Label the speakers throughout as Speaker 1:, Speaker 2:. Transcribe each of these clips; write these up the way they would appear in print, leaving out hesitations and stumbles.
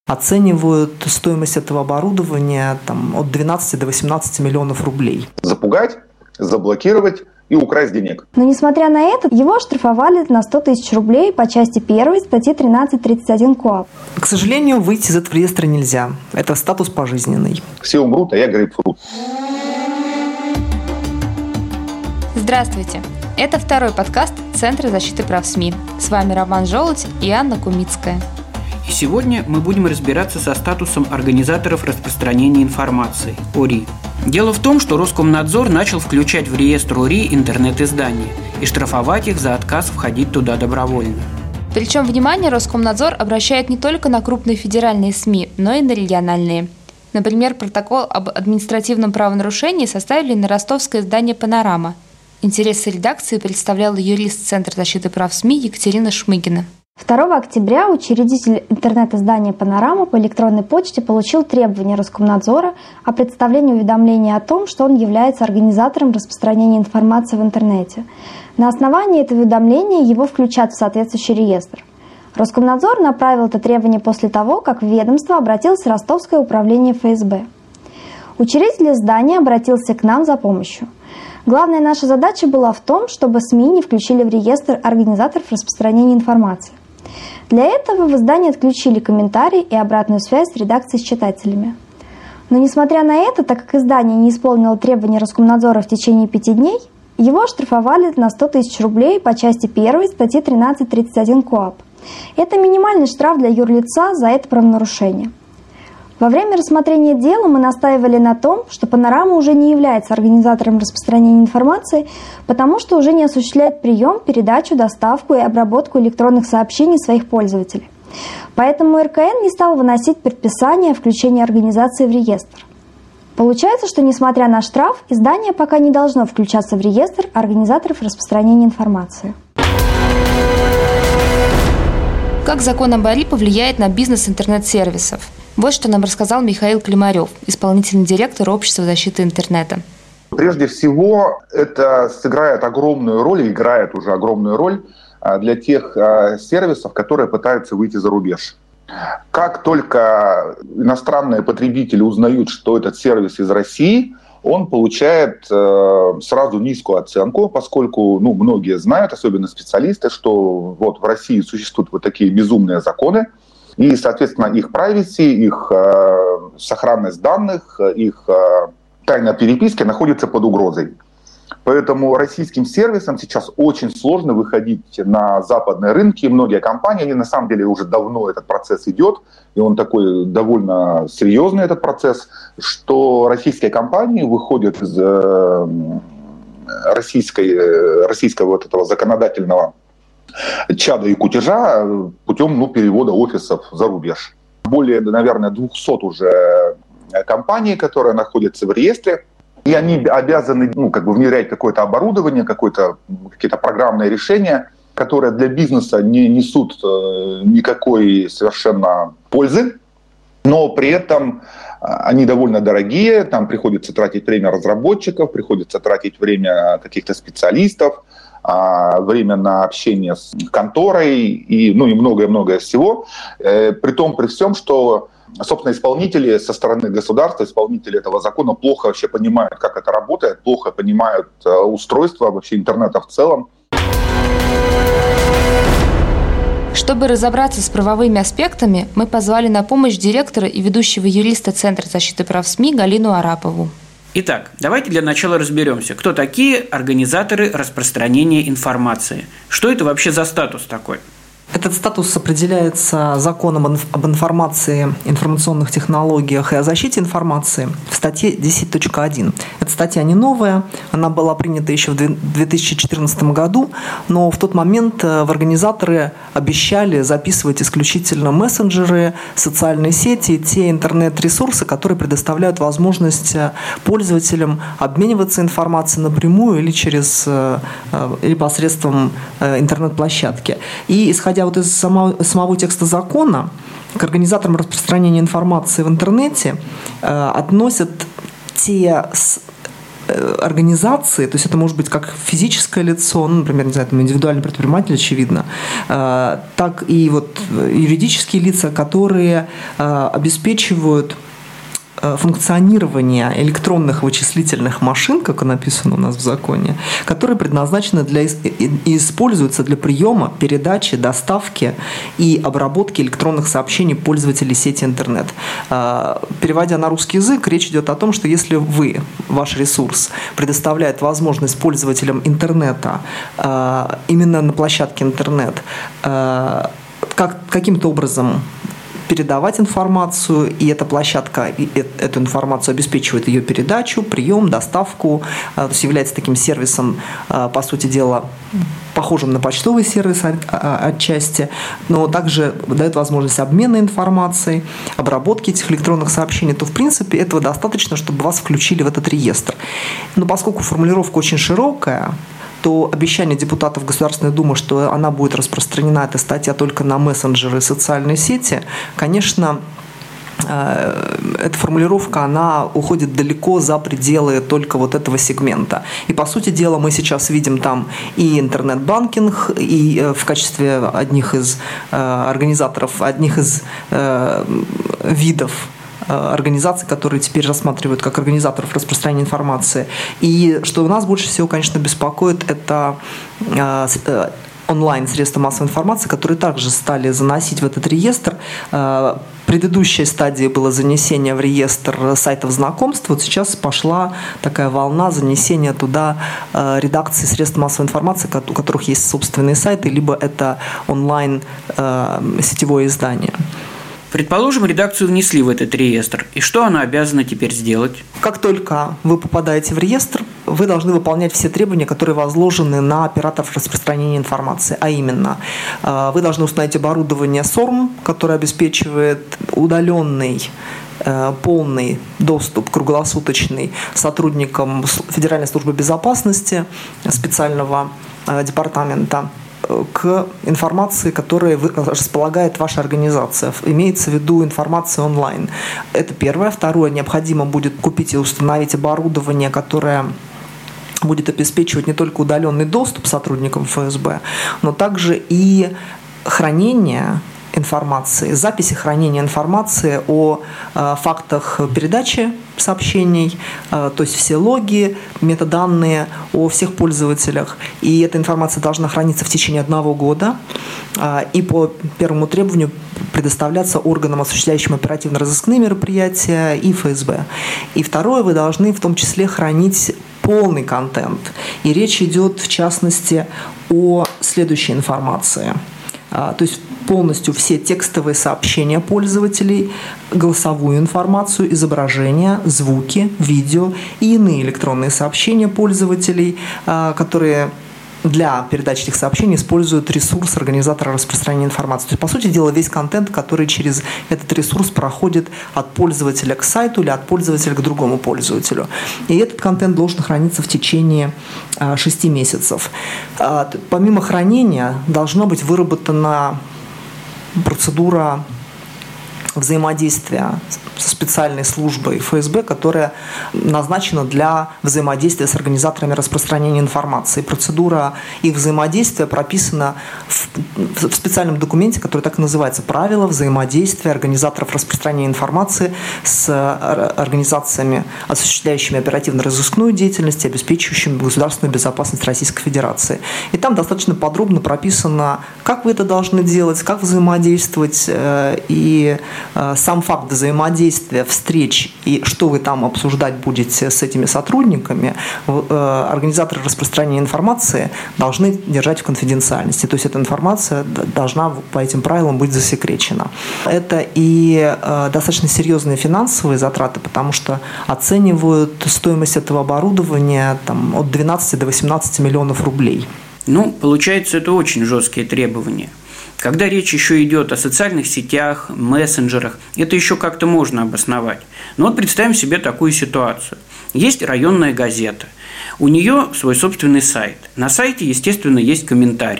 Speaker 1: Оценивают стоимость этого оборудования от 12 до 18 миллионов рублей.
Speaker 2: Запугать, заблокировать и украсть денег.
Speaker 3: Но несмотря на это, его оштрафовали на 100 тысяч рублей по части 1 статьи 13.31 КоАП.
Speaker 1: К сожалению, выйти из этого реестра нельзя. Это статус пожизненный.
Speaker 2: Все умрут, а я грейпфрут.
Speaker 4: Здравствуйте! Это второй подкаст Центра защиты прав СМИ. С вами Роман Желудь и Анна Кумицкая.
Speaker 5: И сегодня мы будем разбираться со статусом организаторов распространения информации – ОРИ. Дело в том, что Роскомнадзор начал включать в реестр ОРИ интернет-издания и штрафовать их за отказ входить туда добровольно.
Speaker 4: Причем внимание Роскомнадзор обращает не только на крупные федеральные СМИ, но и на региональные. Например, протокол об административном правонарушении составили на ростовское издание «Панорама». Интересы редакции представляла юрист Центра защиты прав СМИ Екатерина Шмыгина.
Speaker 3: 2 октября учредитель интернет-издания «Панорама» по электронной почте получил требование Роскомнадзора о представлении уведомления о том, что он является организатором распространения информации в интернете. На основании этого уведомления его включат в соответствующий реестр. Роскомнадзор направил это требование после того, как в ведомство обратилось Ростовское управление ФСБ. Учредитель издания обратился к нам за помощью. Главная наша задача была в том, чтобы СМИ не включили в реестр организаторов распространения информации. Для этого в издании отключили комментарии и обратную связь с редакцией с читателями. Но несмотря на это, так как издание не исполнило требования Роскомнадзора в течение 5 дней, его оштрафовали на 100 тысяч рублей по части 1 статьи 13.31 КоАП. Это минимальный штраф для юрлица за это правонарушение. Во время рассмотрения дела мы настаивали на том, что «Панорама» уже не является организатором распространения информации, потому что уже не осуществляет прием, передачу, доставку и обработку электронных сообщений своих пользователей. Поэтому РКН не стал выносить предписание о включении организации в реестр. Получается, что несмотря на штраф, издание пока не должно включаться в реестр организаторов распространения информации.
Speaker 4: Как закон об ОРИ повлияет на бизнес интернет-сервисов? Вот что нам рассказал Михаил Климарев, исполнительный директор Общества защиты интернета.
Speaker 2: Прежде всего, это сыграет огромную роль, играет уже огромную роль для тех сервисов, которые пытаются выйти за рубеж. Как только иностранные потребители узнают, что этот сервис из России, он получает сразу низкую оценку, поскольку многие знают, особенно специалисты, что вот в России существуют вот такие безумные законы, и, соответственно, их privacy, их сохранность данных, их тайна переписки находится под угрозой. Поэтому российским сервисам сейчас очень сложно выходить на западные рынки. Многие компании, они на самом деле уже давно этот процесс идет, и он такой довольно серьезный, этот процесс, что российские компании выходят из российского вот этого законодательного чада и кутежа путем перевода офисов за рубеж. Более, наверное, 200 уже компаний, которые находятся в реестре, и они обязаны внедрять какое-то оборудование, какие-то программные решения, которые для бизнеса не несут никакой совершенно пользы, но при этом они довольно дорогие, там приходится тратить время разработчиков, приходится тратить время каких-то специалистов, время на общение с конторой и многое-многое всего. При всем, что, собственно, исполнители со стороны государства, исполнители этого закона плохо вообще понимают, как это работает, плохо понимают устройство вообще интернета в целом.
Speaker 4: Чтобы разобраться с правовыми аспектами, мы позвали на помощь директора и ведущего юриста Центра защиты прав СМИ Галину Арапову.
Speaker 5: Итак, давайте для начала разберемся, кто такие организаторы распространения информации. Что это вообще за статус такой?
Speaker 1: Этот статус определяется законом об информации, информационных технологиях и о защите информации в статье 10.1. Эта статья не новая, она была принята еще в 2014 году, но в тот момент в организаторы обещали записывать исключительно мессенджеры, социальные сети, те интернет-ресурсы, которые предоставляют возможность пользователям обмениваться информацией напрямую или посредством интернет-площадки. И исходя из самого текста закона, к организаторам распространения информации в интернете относят те организации, то есть это может быть как физическое лицо, например, не знаю, индивидуальный предприниматель, очевидно, так и юридические лица, которые обеспечивают функционирование электронных вычислительных машин, как написано у нас в законе, которые предназначены и используются для приема, передачи, доставки и обработки электронных сообщений пользователей сети интернет. Переводя на русский язык, речь идет о том, что если ваш ресурс предоставляет возможность пользователям интернета именно на площадке интернет каким-то образом передавать информацию, и эта площадка эту информацию обеспечивает ее передачу, прием, доставку, то есть является таким сервисом, по сути дела, похожим на почтовый сервис отчасти, но также дает возможность обмена информацией, обработки этих электронных сообщений, то в принципе этого достаточно, чтобы вас включили в этот реестр. Но поскольку формулировка очень широкая, то обещание депутатов Государственной Думы, что она будет распространена, эта статья, только на мессенджеры и социальные сети, конечно, эта формулировка, она уходит далеко за пределы только этого сегмента. И, по сути дела, мы сейчас видим там и интернет-банкинг, и в качестве одних из организаторов, одних из видов организаций, которые теперь рассматривают как организаторов распространения информации. И что у нас больше всего, конечно, беспокоит, это онлайн-средства массовой информации, которые также стали заносить в этот реестр. Предыдущей стадией было занесение в реестр сайтов знакомств. Сейчас пошла такая волна занесения туда редакций средств массовой информации, у которых есть собственные сайты, либо это онлайн-сетевое издание.
Speaker 5: Предположим, редакцию внесли в этот реестр. И что она обязана теперь сделать?
Speaker 1: Как только вы попадаете в реестр, вы должны выполнять все требования, которые возложены на операторов распространения информации. А именно, вы должны установить оборудование SORM, которое обеспечивает удаленный полный доступ круглосуточный сотрудникам Федеральной службы безопасности, специального департамента, к информации, которой располагает ваша организация. Имеется в виду информация онлайн. Это первое. Второе. Необходимо будет купить и установить оборудование, которое будет обеспечивать не только удаленный доступ сотрудникам ФСБ, но также и хранение информации, записи хранения информации о фактах передачи сообщений, то есть все логи, метаданные о всех пользователях. И эта информация должна храниться в течение 1 года и по первому требованию предоставляться органам, осуществляющим оперативно-розыскные мероприятия, и ФСБ. И второе, вы должны в том числе хранить полный контент. И речь идет, в частности, о следующей информации. То есть полностью все текстовые сообщения пользователей, голосовую информацию, изображения, звуки, видео и иные электронные сообщения пользователей, которые для передачи этих сообщений используют ресурс организатора распространения информации. То есть, по сути дела, весь контент, который через этот ресурс проходит от пользователя к сайту или от пользователя к другому пользователю. И этот контент должен храниться в течение 6 месяцев. Помимо хранения должна быть выработана процедура взаимодействия со специальной службой ФСБ, которая назначена для взаимодействия с организаторами распространения информации. Процедура их взаимодействия прописана в специальном документе, который так и называется «Правила взаимодействия организаторов распространения информации с организациями, осуществляющими оперативно-розыскную деятельность и обеспечивающими государственную безопасность Российской Федерации». И там достаточно подробно прописано, как вы это должны делать, как взаимодействовать, и сам факт взаимодействия, встреч и что вы там обсуждать будете с этими сотрудниками, организаторы распространения информации должны держать в конфиденциальности. То есть эта информация должна по этим правилам быть засекречена. Это и достаточно серьезные финансовые затраты, потому что оценивают стоимость этого оборудования от 12 до 18 миллионов рублей.
Speaker 5: Получается, это очень жесткие требования. Когда речь еще идет о социальных сетях, мессенджерах, это еще как-то можно обосновать. Но представим себе такую ситуацию. Есть районная газета. У нее свой собственный сайт. На сайте, естественно, есть комментарии.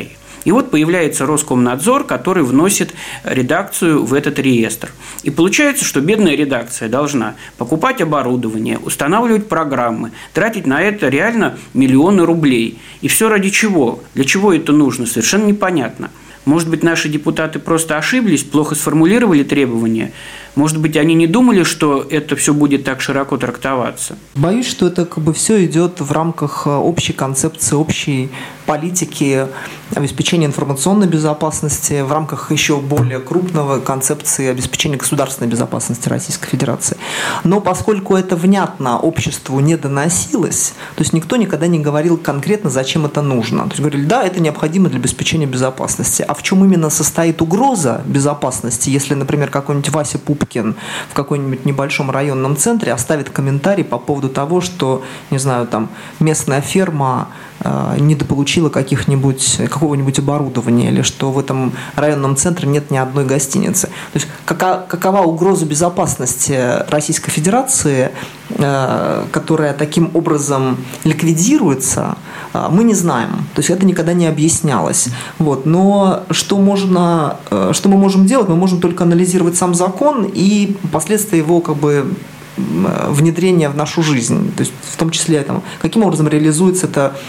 Speaker 5: И вот появляется Роскомнадзор, который вносит редакцию в этот реестр. И получается, что бедная редакция должна покупать оборудование, устанавливать программы, тратить на это реально миллионы рублей. И все ради чего? Для чего это нужно? Совершенно непонятно. Может быть, наши депутаты просто ошиблись, плохо сформулировали требования? Может быть, они не думали, что это все будет так широко трактоваться?
Speaker 1: Боюсь, что это все идет в рамках общей концепции, общей политики обеспечения информационной безопасности, в рамках еще более крупного концепции обеспечения государственной безопасности Российской Федерации. Но поскольку это внятно обществу не доносилось, то есть никто никогда не говорил конкретно, зачем это нужно. То есть говорили, да, это необходимо для обеспечения безопасности. А в чем именно состоит угроза безопасности, если, например, какой-нибудь Вася Пупкин в каком-нибудь небольшом районном центре оставит комментарий по поводу того, что, не знаю, там местная ферма недополучила какого-нибудь оборудования, или что в этом районном центре нет ни одной гостиницы. То есть какова угроза безопасности Российской Федерации, которая таким образом ликвидируется, мы не знаем. То есть это никогда не объяснялось. Вот. Но что мы можем делать? Мы можем только анализировать сам закон и последствия его внедрение в нашу жизнь, то есть в том числе каким образом реализуется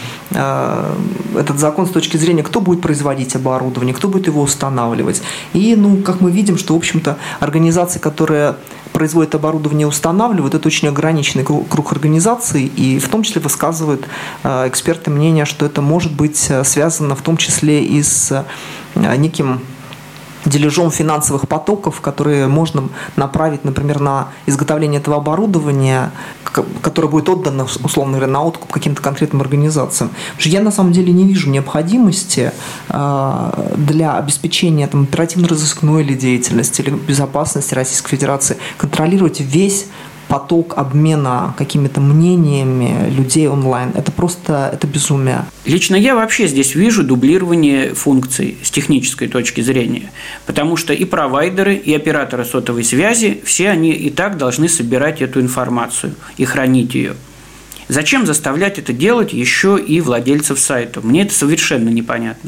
Speaker 1: этот закон с точки зрения, кто будет производить оборудование, кто будет его устанавливать. И, как мы видим, что, в общем-то, организации, которые производят оборудование и устанавливают, это очень ограниченный круг организаций, и в том числе высказывают эксперты мнение, что это может быть связано в том числе и с неким дележом финансовых потоков, которые можно направить, например, на изготовление этого оборудования, которое будет отдано, условно говоря, на откуп каким-то конкретным организациям. Потому что я на самом деле не вижу необходимости для обеспечения оперативно-розыскной или деятельности, или безопасности Российской Федерации контролировать весь поток обмена какими-то мнениями людей онлайн. Это безумие.
Speaker 5: Лично я вообще здесь вижу дублирование функций с технической точки зрения, потому что и провайдеры, и операторы сотовой связи, все они и так должны собирать эту информацию и хранить ее. Зачем заставлять это делать еще и владельцев сайтов? Мне это совершенно непонятно.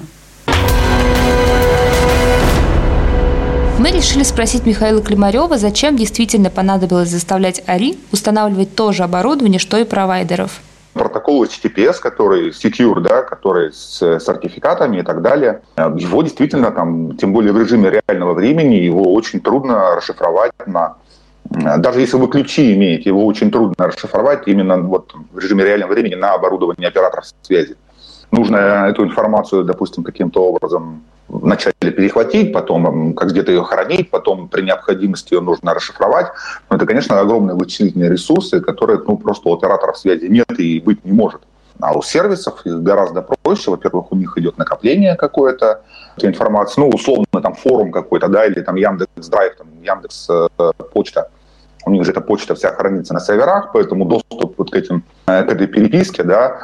Speaker 4: Мы решили спросить Михаила Климарева, зачем действительно понадобилось заставлять ОРИ устанавливать то же оборудование, что и провайдеров.
Speaker 2: Протокол HTTPS, который secure, который с сертификатами и так далее, его действительно, тем более в режиме реального времени, его очень трудно расшифровать даже если вы ключи имеете, его очень трудно расшифровать именно в режиме реального времени на оборудовании операторов связи. Нужно эту информацию, допустим, каким-то образом вначале перехватить, потом где-то ее хранить, потом при необходимости ее нужно расшифровать. Но это, конечно, огромные вычислительные ресурсы, которые просто у операторов связи нет и быть не может. А у сервисов гораздо проще. Во-первых, у них идет накопление какое-то информации, условно, форум какой-то, или Яндекс.Драйв, Яндекс.Почта. У них же эта почта вся хранится на серверах, поэтому доступ к этой переписке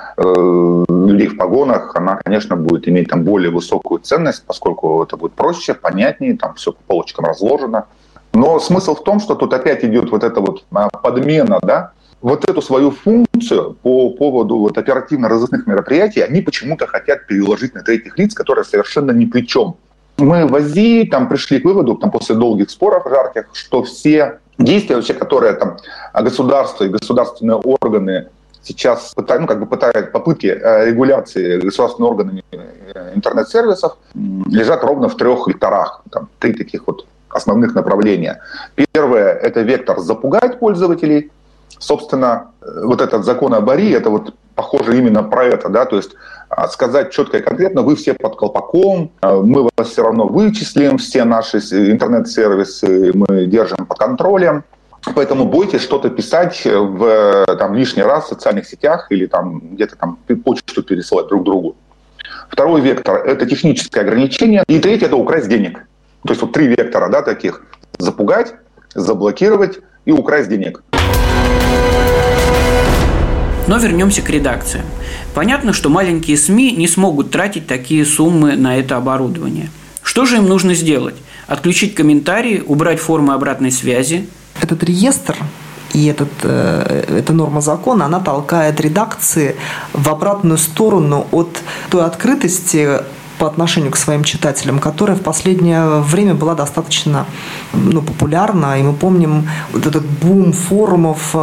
Speaker 2: людей в погонах, она, конечно, будет иметь более высокую ценность, поскольку это будет проще, понятнее, все по полочкам разложено. Но смысл в том, что тут опять идет эта подмена, эту свою функцию по поводу оперативно-розыскных мероприятий они почему-то хотят переложить на третьих лиц, которые совершенно ни при чем. Мы в Азии пришли к выводу, после долгих споров жарких, что все действия, которые государство и государственные органы сейчас пытают попытки регуляции государственными органами интернет-сервисов, лежат ровно в 3 векторах. 3 таких основных направления. Первое – это вектор запугать пользователей. Собственно, этот закон об ОРИ – это похоже именно про это, то есть сказать четко и конкретно: вы все под колпаком, мы вас все равно вычислим, все наши интернет-сервисы мы держим под контролем, поэтому бойтесь что-то писать лишний раз в социальных сетях или где-то почту пересылать друг другу. Второй вектор – это техническое ограничение, и третий – это украсть денег. То есть 3 вектора таких: запугать, заблокировать и украсть денег.
Speaker 5: Но вернемся к редакциям. Понятно, что маленькие СМИ не смогут тратить такие суммы на это оборудование. Что же им нужно сделать? Отключить комментарии, убрать формы обратной связи?
Speaker 1: Этот реестр и эта норма закона, она толкает редакции в обратную сторону от той открытости, по отношению к своим читателям, которая в последнее время была достаточно популярна. И мы помним вот этот бум форумов,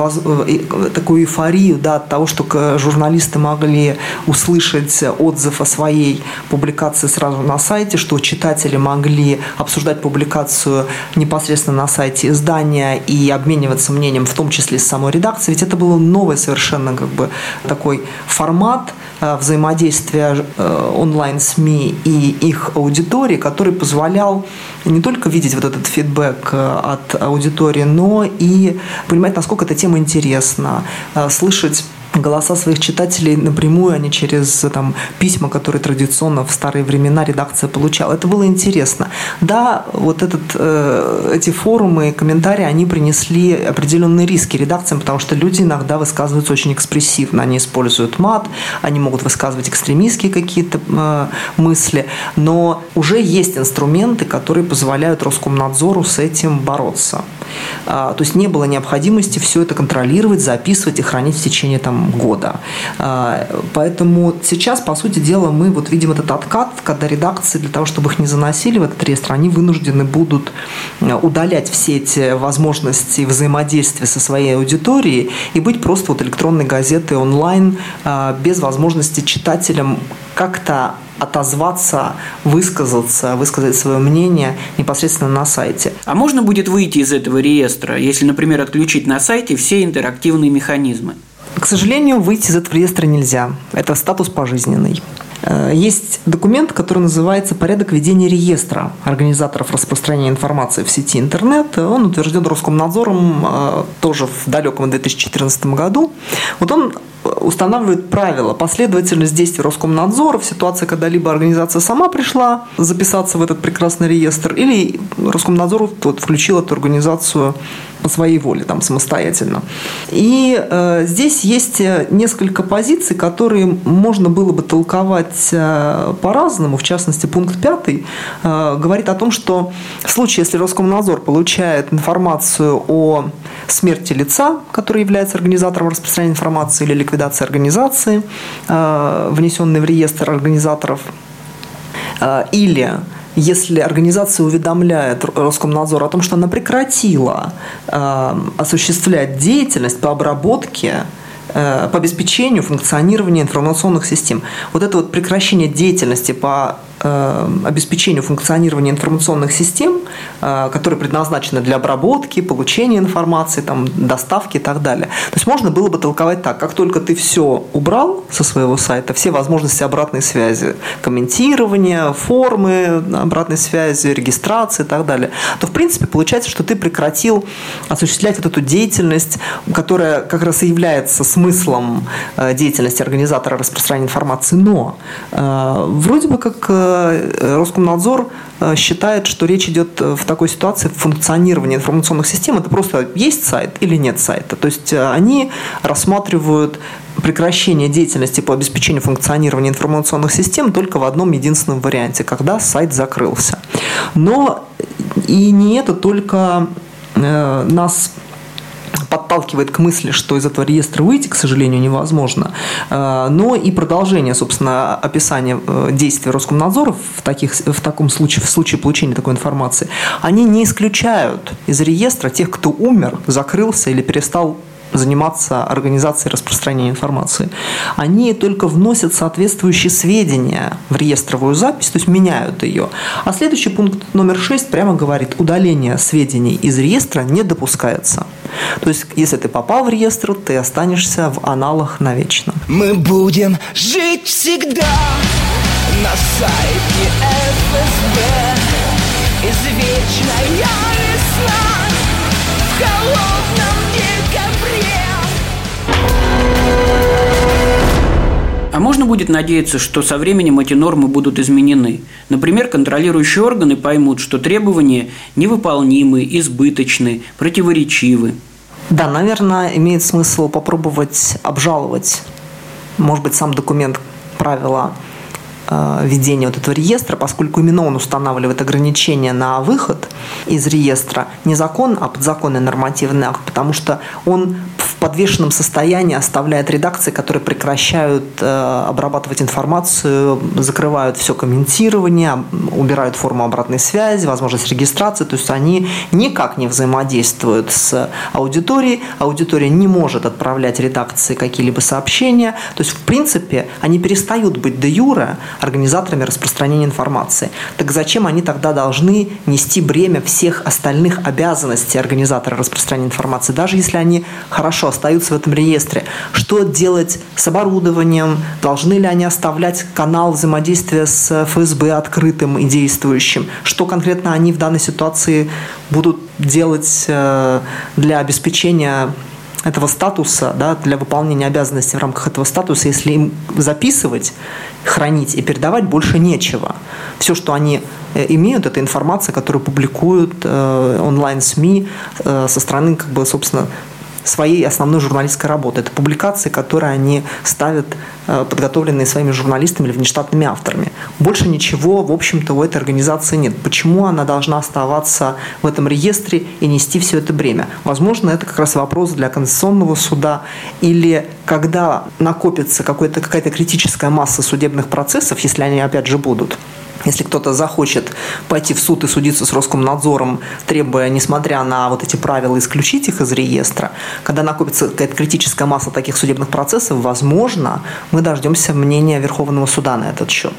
Speaker 1: такую эйфорию, да, от того, что журналисты могли услышать отзыв о своей публикации сразу на сайте, что читатели могли обсуждать публикацию непосредственно на сайте издания и обмениваться мнением, в том числе с самой редакцией. Ведь это был новый совершенно такой формат взаимодействия онлайн-СМИ и их аудитории, который позволял не только видеть вот этот фидбэк от аудитории, но и понимать, насколько эта тема интересна, слышать голоса своих читателей напрямую, а не через письма, которые традиционно в старые времена редакция получала. Это было интересно. Да, вот эти форумы и комментарии, они принесли определенные риски редакциям, потому что люди иногда высказываются очень экспрессивно. Они используют мат, они могут высказывать экстремистские какие-то мысли, но уже есть инструменты, которые позволяют Роскомнадзору с этим бороться. То есть не было необходимости все это контролировать, записывать и хранить в течение года. Поэтому сейчас, по сути дела, мы видим этот откат, когда редакции для того, чтобы их не заносили в этот реестр, они вынуждены будут удалять все эти возможности взаимодействия со своей аудиторией и быть просто электронной газетой онлайн без возможности читателям как-то отозваться, высказать свое мнение непосредственно на сайте.
Speaker 5: А можно будет выйти из этого реестра, если, например, отключить на сайте все интерактивные механизмы?
Speaker 1: К сожалению, выйти из этого реестра нельзя. Это статус пожизненный. Есть документ, который называется «Порядок ведения реестра организаторов распространения информации в сети интернет». Он утвержден Роскомнадзором тоже в далеком 2014 году. Он устанавливает правила, последовательность действий Роскомнадзора в ситуации, когда либо организация сама пришла записаться в этот прекрасный реестр, или Роскомнадзор включил эту организацию по своей воле, самостоятельно. И здесь есть несколько позиций, которые можно было бы толковать по-разному. В частности, пункт 5 говорит о том, что в случае, если Роскомнадзор получает информацию о смерти лица, который является организатором распространения информации или ликвидации организации, внесенной в реестр организаторов, или если организация уведомляет Роскомнадзор о том, что она прекратила осуществлять деятельность по обработке, по обеспечению функционирования информационных систем. Это прекращение деятельности по обеспечению функционирования информационных систем, которые предназначены для обработки, получения информации, доставки и так далее. То есть можно было бы толковать так: как только ты все убрал со своего сайта, все возможности обратной связи, комментирования, формы обратной связи, регистрации и так далее, то в принципе получается, что ты прекратил осуществлять эту деятельность, которая как раз и является смыслом деятельности организатора распространения информации. Но вроде бы как Роскомнадзор считает, что речь идет в такой ситуации функционирования информационных систем. Это просто есть сайт или нет сайта. То есть они рассматривают прекращение деятельности по обеспечению функционирования информационных систем только в одном единственном варианте, когда сайт закрылся. Но и не это только нас подталкивает к мысли, что из этого реестра выйти, к сожалению, невозможно, но и продолжение, собственно, описания действий Роскомнадзора в таком случае, в случае получения такой информации, они не исключают из реестра тех, кто умер, закрылся или перестал заниматься организацией распространения информации. Они только вносят соответствующие сведения в реестровую запись, то есть меняют ее. А следующий пункт номер 6 прямо говорит: удаление сведений из реестра не допускается. То есть, если ты попал в реестр, ты останешься в аналах навечно.
Speaker 6: Мы будем жить всегда на сайте ФСБ. Извечная весна в холодном декабре.
Speaker 5: А можно будет надеяться, что со временем эти нормы будут изменены? Например, контролирующие органы поймут, что требования невыполнимы, избыточны, противоречивы.
Speaker 1: Да, наверное, имеет смысл попробовать обжаловать, может быть, сам документ, правила ведения этого реестра, поскольку именно он устанавливает ограничения на выход из реестра, не закон, а подзаконный нормативный акт, потому что он в подвешенном состоянии оставляет редакции, которые прекращают обрабатывать информацию, закрывают все комментирование, убирают форму обратной связи, возможность регистрации. То есть они никак не взаимодействуют с аудиторией. Аудитория не может отправлять редакции какие-либо сообщения. То есть, в принципе, они перестают быть де-юре организаторами распространения информации. Так зачем они тогда должны нести бремя всех остальных обязанностей организатора распространения информации, даже если они хорошо остаются в этом реестре? Что делать с оборудованием? Должны ли они оставлять канал взаимодействия с ФСБ открытым и действующим? Что конкретно они в данной ситуации будут делать для обеспечения этого статуса, да, для выполнения обязанностей в рамках этого статуса, если им записывать, хранить и передавать больше нечего? Все, что они имеют, это информация, которую публикуют онлайн-СМИ со стороны, собственно, своей основной журналистской работы. Это публикации, которые они ставят, подготовленные своими журналистами или внештатными авторами. Больше ничего, в общем-то, у этой организации нет. Почему она должна оставаться в этом реестре и нести все это бремя? Возможно, это как раз вопрос для Конституционного суда, или когда накопится какая-то критическая масса судебных процессов, если они опять же будут. Если кто-то захочет пойти в суд и судиться с Роскомнадзором, требуя, несмотря на вот эти правила, исключить их из реестра, когда накопится какая-то критическая масса таких судебных процессов, возможно, мы дождемся мнения Верховного суда на этот счет.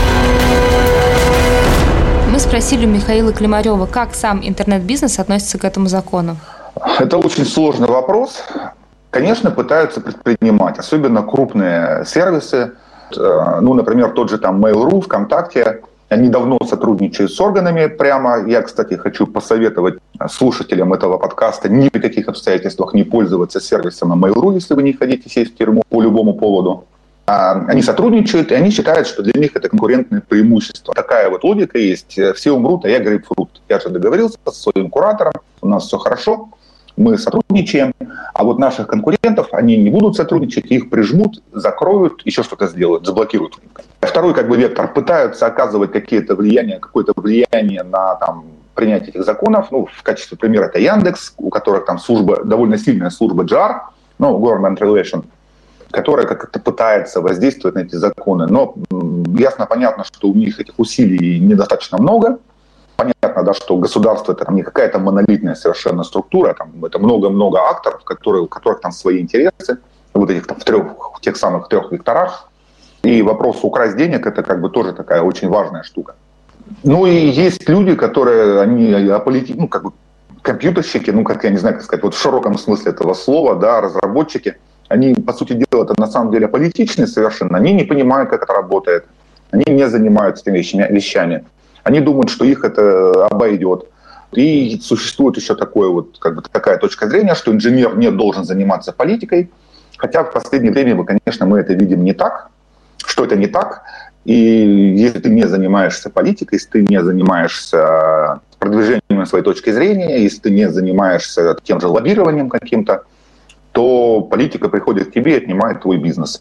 Speaker 4: Мы спросили у Михаила Климарева, как сам интернет-бизнес относится к этому закону.
Speaker 2: Это очень сложный вопрос. Конечно, пытаются предпринимать, особенно крупные сервисы. Например, тот же Mail.ru, ВКонтакте. Они давно сотрудничают с органами прямо. Я, кстати, хочу посоветовать слушателям этого подкаста ни при каких обстоятельствах не пользоваться сервисом Mail.ru, если вы не хотите сесть в тюрьму по любому поводу. Они сотрудничают, и они считают, что для них это конкурентное преимущество. Такая вот логика есть. Все умрут, а я грейпфрут. Я же договорился со своим куратором, у нас все хорошо, мы сотрудничаем, а вот наших конкурентов, они не будут сотрудничать, их прижмут, закроют, еще что-то сделают, заблокируют. Второй вектор, пытаются оказывать какое-то влияние на принятие этих законов. В качестве примера это Яндекс, у которых довольно сильная служба GR, Government Relation, которая как-то пытается воздействовать на эти законы. Но ясно, понятно, что у них этих усилий недостаточно много. Понятно, да, что государство это не какая-то монолитная совершенно структура, это много-много акторов, у которых свои интересы, вот этих в тех самых трех векторах. И вопрос украсть денег это тоже такая очень важная штука. И есть люди, которые компьютерщики, я не знаю, как сказать, в широком смысле этого слова, да, разработчики, они, по сути дела, это на самом деле аполитичные совершенно, они не понимают, как это работает, они не занимаются этими вещами. Они думают, что их это обойдет. И существует еще такая точка зрения, что инженер не должен заниматься политикой. Хотя в последнее время, конечно, мы это видим не так, что это не так. И если ты не занимаешься политикой, если ты не занимаешься продвижением своей точки зрения, если ты не занимаешься тем же лоббированием каким-то, то политика приходит к тебе и отнимает твой бизнес.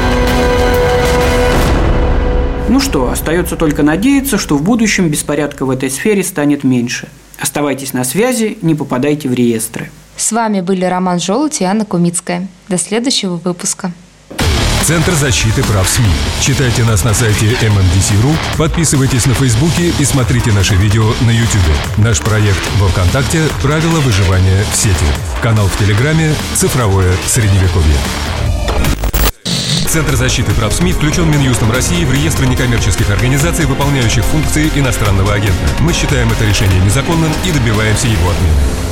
Speaker 5: Остается только надеяться, что в будущем беспорядка в этой сфере станет меньше. Оставайтесь на связи, не попадайте в реестры.
Speaker 4: С вами были Роман Желудь и Анна Кумицкая. До следующего выпуска.
Speaker 7: Центр защиты прав СМИ. Читайте нас на сайте MMDC.ru, подписывайтесь на Фейсбуке и смотрите наши видео на Ютубе. Наш проект во ВКонтакте «Правила выживания в сети». Канал в Телеграме «Цифровое Средневековье». Центр защиты прав СМИ включен Минюстом России в реестр некоммерческих организаций, выполняющих функции иностранного агента. Мы считаем это решение незаконным и добиваемся его отмены.